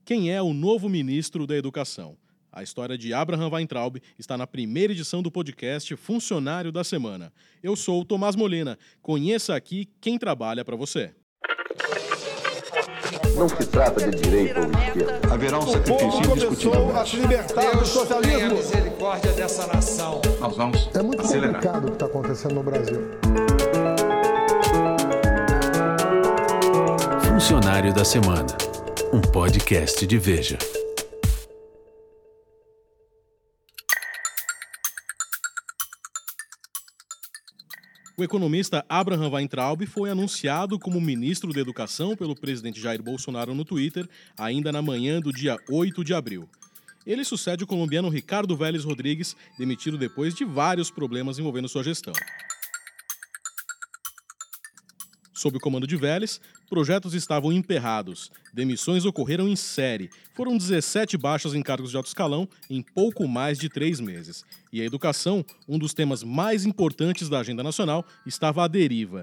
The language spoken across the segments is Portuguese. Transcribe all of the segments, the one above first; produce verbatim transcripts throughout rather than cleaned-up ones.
Quem é o novo ministro da Educação? A história de Abraham Weintraub está na primeira edição do podcast Funcionário da Semana. Eu sou o Tomás Molina. Conheça aqui quem trabalha para você. Não se trata de direita ou esquerda. Haverá um sacrifício indiscutível. Começou a se libertar do socialismo. Tenha misericórdia dessa nação. Nós vamos É muito acelerar. complicado o que está acontecendo no Brasil. Funcionário da Semana, um podcast de Veja. O economista Abraham Weintraub foi anunciado como ministro da Educação pelo presidente Jair Bolsonaro no Twitter, ainda na manhã do dia oito de abril. Ele sucede o colombiano Ricardo Vélez Rodrigues, demitido depois de vários problemas envolvendo sua gestão. Sob o comando de Vélez, projetos estavam emperrados, demissões ocorreram em série, foram dezessete baixas em cargos de alto escalão em pouco mais de três meses. E a educação, um dos temas mais importantes da agenda nacional, estava à deriva.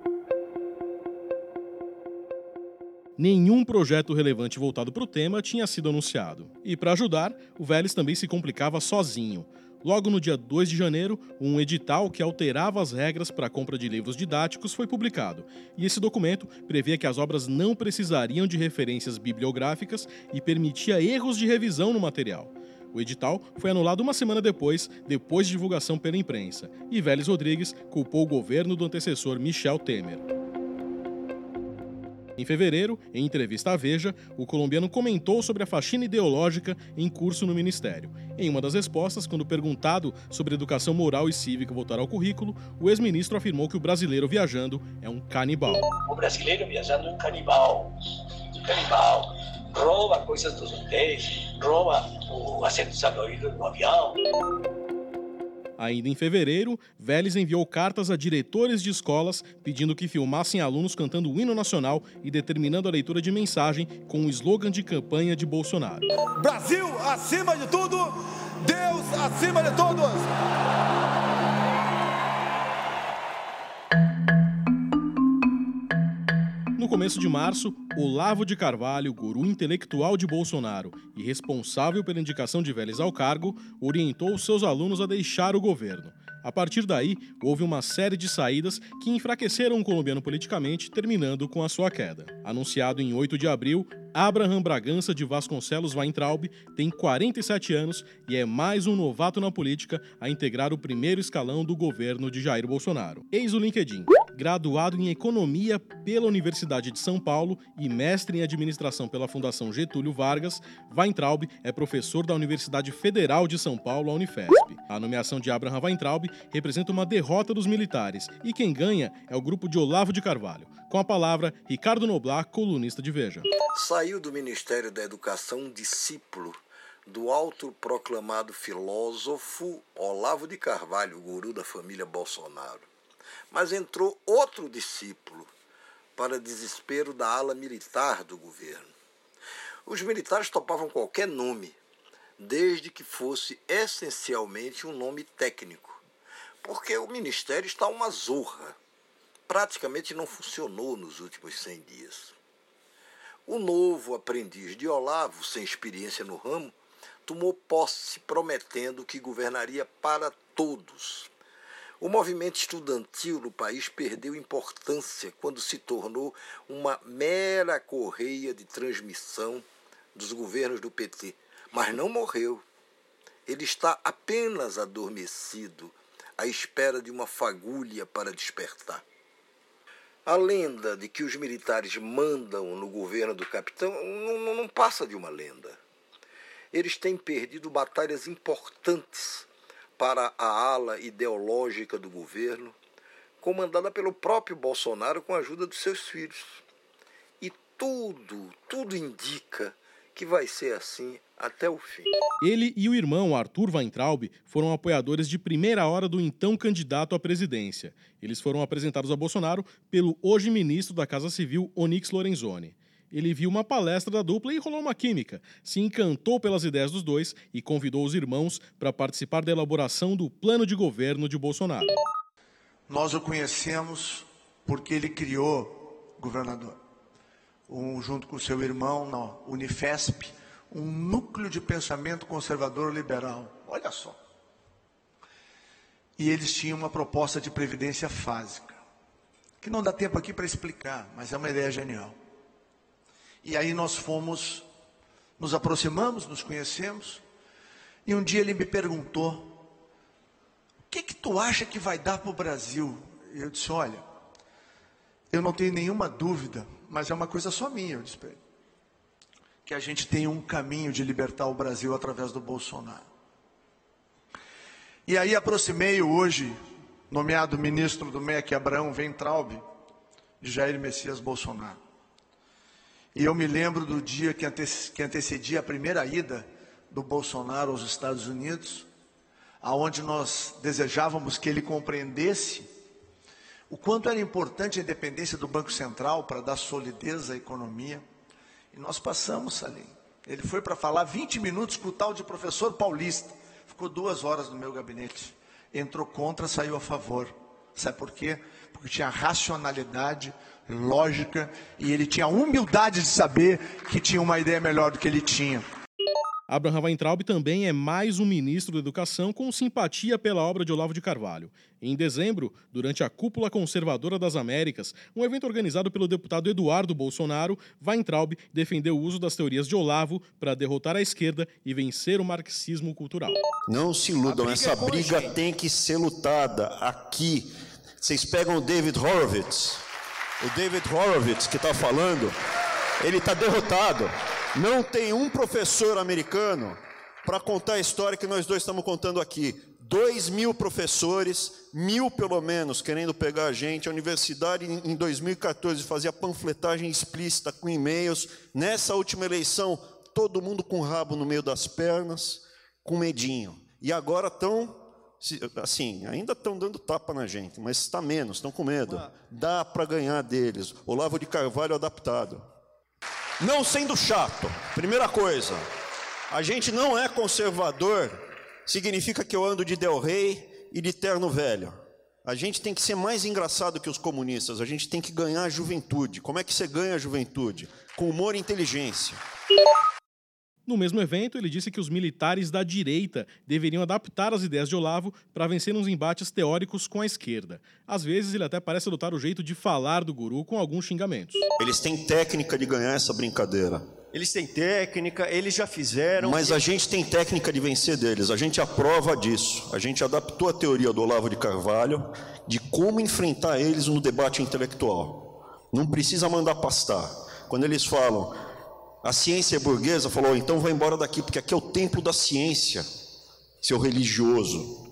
Nenhum projeto relevante voltado para o tema tinha sido anunciado. E para ajudar, o Vélez também se complicava sozinho. Logo no dia dois de janeiro, um edital que alterava as regras para a compra de livros didáticos foi publicado, e esse documento previa que as obras não precisariam de referências bibliográficas e permitia erros de revisão no material. O edital foi anulado uma semana depois, depois de divulgação pela imprensa, e Vélez Rodrigues culpou o governo do antecessor Michel Temer. Em fevereiro, em entrevista à Veja, o colombiano comentou sobre a faxina ideológica em curso no Ministério. Em uma das respostas, quando perguntado sobre educação moral e cívica voltada ao currículo, o ex-ministro afirmou que o brasileiro viajando é um canibal. O brasileiro viajando é um canibal, um canibal, rouba coisas dos hotéis, rouba o assento salariado do avião. Ainda em fevereiro, Vélez enviou cartas a diretores de escolas pedindo que filmassem alunos cantando o hino nacional e determinando a leitura de mensagem com o slogan de campanha de Bolsonaro. Brasil acima de tudo, Deus acima de todos. No começo de março, Olavo de Carvalho, guru intelectual de Bolsonaro e responsável pela indicação de Vélez ao cargo, orientou seus alunos a deixar o governo. A partir daí, houve uma série de saídas que enfraqueceram o colombiano politicamente, terminando com a sua queda. Anunciado em oito de abril, Abraham Bragança de Vasconcelos Weintraub tem quarenta e sete anos e é mais um novato na política a integrar o primeiro escalão do governo de Jair Bolsonaro. Eis o LinkedIn. Graduado em Economia pela Universidade de São Paulo e mestre em Administração pela Fundação Getúlio Vargas, Weintraub é professor da Universidade Federal de São Paulo, a Unifesp. A nomeação de Abraham Weintraub representa uma derrota dos militares e quem ganha é o grupo de Olavo de Carvalho. Com a palavra, Ricardo Noblar, colunista de Veja. Saiu do Ministério da Educação um discípulo do autoproclamado filósofo Olavo de Carvalho, guru da família Bolsonaro. Mas entrou outro discípulo, para desespero da ala militar do governo. Os militares topavam qualquer nome, desde que fosse essencialmente um nome técnico, porque o ministério está uma zorra. Praticamente não funcionou nos últimos cem dias. O novo aprendiz de Olavo, sem experiência no ramo, tomou posse prometendo que governaria para todos. O movimento estudantil no país perdeu importância quando se tornou uma mera correia de transmissão dos governos do P T, mas não morreu. Ele está apenas adormecido, à espera de uma fagulha para despertar. A lenda de que os militares mandam no governo do capitão não, não passa de uma lenda. Eles têm perdido batalhas importantes para a ala ideológica do governo, comandada pelo próprio Bolsonaro com a ajuda dos seus filhos. E tudo, tudo indica que vai ser assim até o fim. Ele e o irmão Arthur Weintraub foram apoiadores de primeira hora do então candidato à presidência. Eles foram apresentados a Bolsonaro pelo hoje ministro da Casa Civil, Onyx Lorenzoni. Ele viu uma palestra da dupla e rolou uma química, se encantou pelas ideias dos dois e convidou os irmãos para participar da elaboração do plano de governo de Bolsonaro. Nós o conhecemos porque ele criou, governador, um, junto com seu irmão na Unifesp, um núcleo de pensamento conservador liberal. Olha só. E eles tinham uma proposta de previdência fásica, que não dá tempo aqui para explicar, mas é uma ideia genial. E aí nós fomos, nos aproximamos, nos conhecemos, e um dia ele me perguntou: o que que tu acha que vai dar para o Brasil? E eu disse: olha, eu não tenho nenhuma dúvida, mas é uma coisa só minha, eu disse para ele, que a gente tem um caminho de libertar o Brasil através do Bolsonaro. E aí aproximei o hoje nomeado ministro do M E C, Abraham Weintraub, de Jair Messias Bolsonaro. E eu me lembro do dia que, ante que antecedia a primeira ida do Bolsonaro aos Estados Unidos, aonde nós desejávamos que ele compreendesse o quanto era importante a independência do Banco Central para dar solidez à economia. E nós passamos, Salim. Ele foi para falar vinte minutos com o tal de professor Paulista. Ficou duas horas no meu gabinete. Entrou contra, saiu a favor. Sabe por quê? Porque tinha racionalidade, lógica, e ele tinha a humildade de saber que tinha uma ideia melhor do que ele tinha. Abraham Weintraub também é mais um ministro da Educação com simpatia pela obra de Olavo de Carvalho. Em dezembro, durante a Cúpula Conservadora das Américas, um evento organizado pelo deputado Eduardo Bolsonaro, Weintraub defendeu o uso das teorias de Olavo para derrotar a esquerda e vencer o marxismo cultural. Não se iludam, essa briga tem que ser lutada aqui. Vocês pegam o David Horowitz, o David Horowitz que está falando, ele está derrotado. Não tem um professor americano para contar a história que nós dois estamos contando aqui. Dois mil professores, mil pelo menos, querendo pegar a gente. A universidade, em dois mil e quatorze, fazia panfletagem explícita com e-mails. Nessa última eleição, todo mundo com o rabo no meio das pernas, com medinho. E agora estão, assim, ainda estão dando tapa na gente, mas está menos, estão com medo. Dá para ganhar deles. Olavo de Carvalho adaptado. Não sendo chato, primeira coisa, a gente não é conservador, significa que eu ando de Del Rey e de terno velho. A gente tem que ser mais engraçado que os comunistas, a gente tem que ganhar a juventude. Como é que você ganha a juventude? Com humor e inteligência. No mesmo evento, ele disse que os militares da direita deveriam adaptar as ideias de Olavo para vencer uns embates teóricos com a esquerda. Às vezes, ele até parece adotar o jeito de falar do guru com alguns xingamentos. Eles têm técnica de ganhar essa brincadeira. Eles têm técnica, eles já fizeram... Mas a gente tem técnica de vencer deles, a gente aprova disso. A gente adaptou a teoria do Olavo de Carvalho de como enfrentar eles no debate intelectual. Não precisa mandar pastar. Quando eles falam... A ciência burguesa falou, então vai embora daqui, porque aqui é o templo da ciência, seu religioso.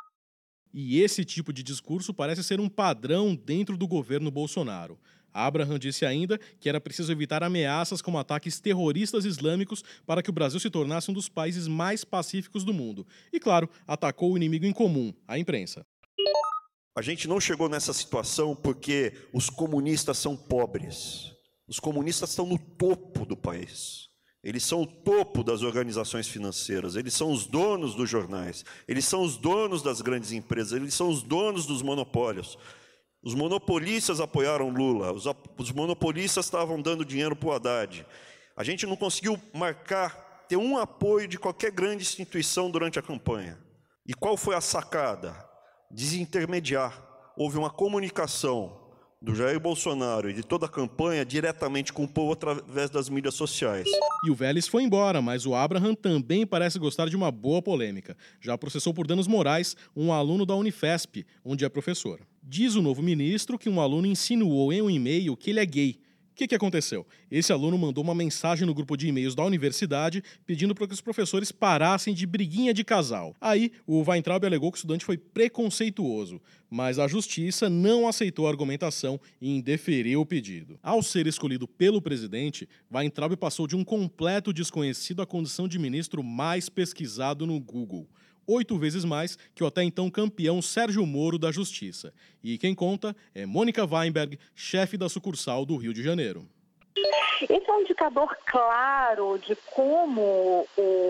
E esse tipo de discurso parece ser um padrão dentro do governo Bolsonaro. Abraham disse ainda que era preciso evitar ameaças como ataques terroristas islâmicos para que o Brasil se tornasse um dos países mais pacíficos do mundo. E, claro, atacou o inimigo em comum, a imprensa. A gente não chegou nessa situação porque os comunistas são pobres. Os comunistas estão no topo do país. Eles são o topo das organizações financeiras, eles são os donos dos jornais, eles são os donos das grandes empresas, eles são os donos dos monopólios. Os monopolistas apoiaram Lula, os, os monopolistas estavam dando dinheiro para o Haddad. A gente não conseguiu marcar, ter um apoio de qualquer grande instituição durante a campanha. E qual foi a sacada? Desintermediar. Houve uma comunicação do Jair Bolsonaro e de toda a campanha diretamente com o povo através das mídias sociais. E o Vélez foi embora, mas o Abraham também parece gostar de uma boa polêmica. Já processou por danos morais um aluno da Unifesp, onde é professor. Diz o novo ministro que um aluno insinuou em um e-mail que ele é gay. O que, que aconteceu? Esse aluno mandou uma mensagem no grupo de e-mails da universidade pedindo para que os professores parassem de briguinha de casal. Aí, o Weintraub alegou que o estudante foi preconceituoso, mas a justiça não aceitou a argumentação e indeferiu o pedido. Ao ser escolhido pelo presidente, Weintraub passou de um completo desconhecido à condição de ministro mais pesquisado no Google. Oito vezes mais que o até então campeão Sérgio Moro da Justiça. E quem conta é Mônica Weinberg, chefe da sucursal do Rio de Janeiro. Esse é um indicador claro de como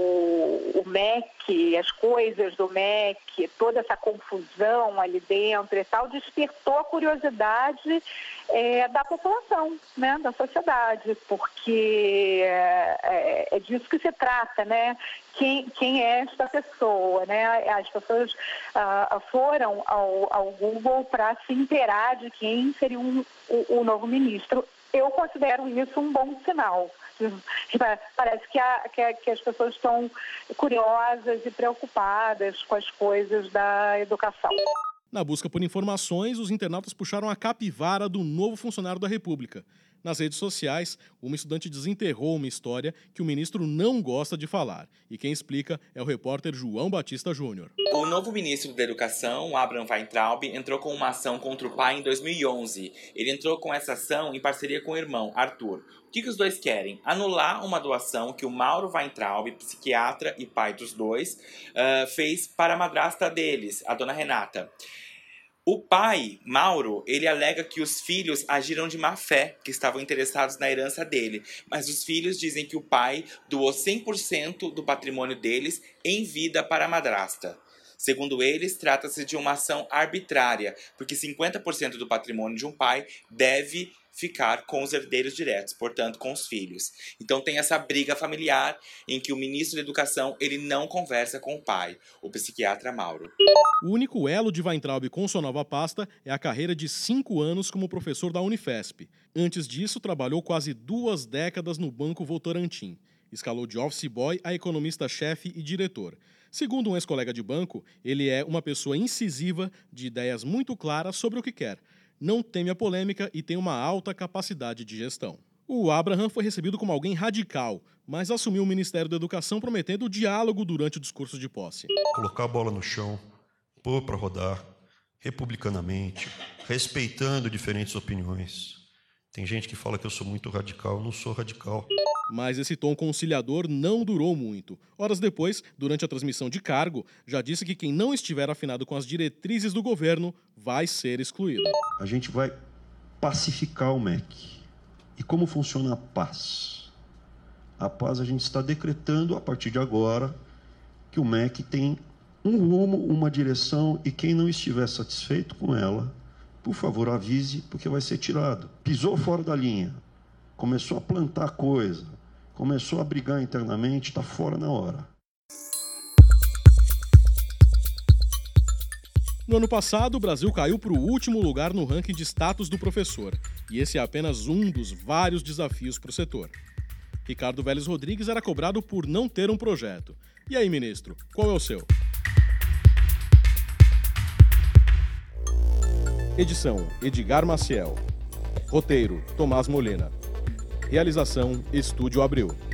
o, o M E C, as coisas do M E C, toda essa confusão ali dentro e tal, despertou a curiosidade é, da população, né, da sociedade, porque é, é disso que se trata, né? Quem, quem é esta pessoa, né? As pessoas ah, foram ao, ao Google para se inteirar de quem seria um, o, o novo ministro. Eu considero isso um bom sinal. Parece que, a, que, a, que as pessoas estão curiosas e preocupadas com as coisas da educação. Na busca por informações, os internautas puxaram a capivara do novo funcionário da República. Nas redes sociais, uma estudante desenterrou uma história que o ministro não gosta de falar. E quem explica é o repórter João Batista Júnior. O novo ministro da Educação, Abraham Weintraub, entrou com uma ação contra o pai em dois mil e onze. Ele entrou com essa ação em parceria com o irmão, Arthur. O que, que os dois querem? Anular uma doação que o Mauro Weintraub, psiquiatra e pai dos dois, uh, fez para a madrasta deles, a dona Renata. O pai, Mauro, ele alega que os filhos agiram de má fé, que estavam interessados na herança dele. Mas os filhos dizem que o pai doou cem por cento do patrimônio deles em vida para a madrasta. Segundo eles, trata-se de uma ação arbitrária, porque cinquenta por cento do patrimônio de um pai deve ficar com os herdeiros diretos, portanto, com os filhos. Então tem essa briga familiar em que o ministro da Educação ele não conversa com o pai, o psiquiatra Mauro. O único elo de Weintraub com sua nova pasta é a carreira de cinco anos como professor da Unifesp. Antes disso, trabalhou quase duas décadas no Banco Votorantim. Escalou de office boy a economista-chefe e diretor. Segundo um ex-colega de banco, ele é uma pessoa incisiva, de ideias muito claras sobre o que quer. Não teme a polêmica e tem uma alta capacidade de gestão. O Abraham foi recebido como alguém radical, mas assumiu o Ministério da Educação prometendo diálogo durante o discurso de posse. Colocar a bola no chão, pôr para rodar, republicanamente, respeitando diferentes opiniões. Tem gente que fala que eu sou muito radical, eu não sou radical. Mas esse tom conciliador não durou muito. Horas depois, durante a transmissão de cargo, já disse que quem não estiver afinado com as diretrizes do governo vai ser excluído. A gente vai pacificar o M E C. E como funciona a paz? A paz a gente está decretando, a partir de agora, que o M E C tem um rumo, uma direção, e quem não estiver satisfeito com ela, por favor, avise, porque vai ser tirado. Pisou fora da linha, começou a plantar coisa, começou a brigar internamente, está fora na hora. No ano passado, o Brasil caiu para o último lugar no ranking de status do professor. E esse é apenas um dos vários desafios para o setor. Ricardo Vélez Rodrigues era cobrado por não ter um projeto. E aí, ministro, qual é o seu? Edição: Edgar Maciel. Roteiro: Tomás Molina. Realização: Estúdio Abril.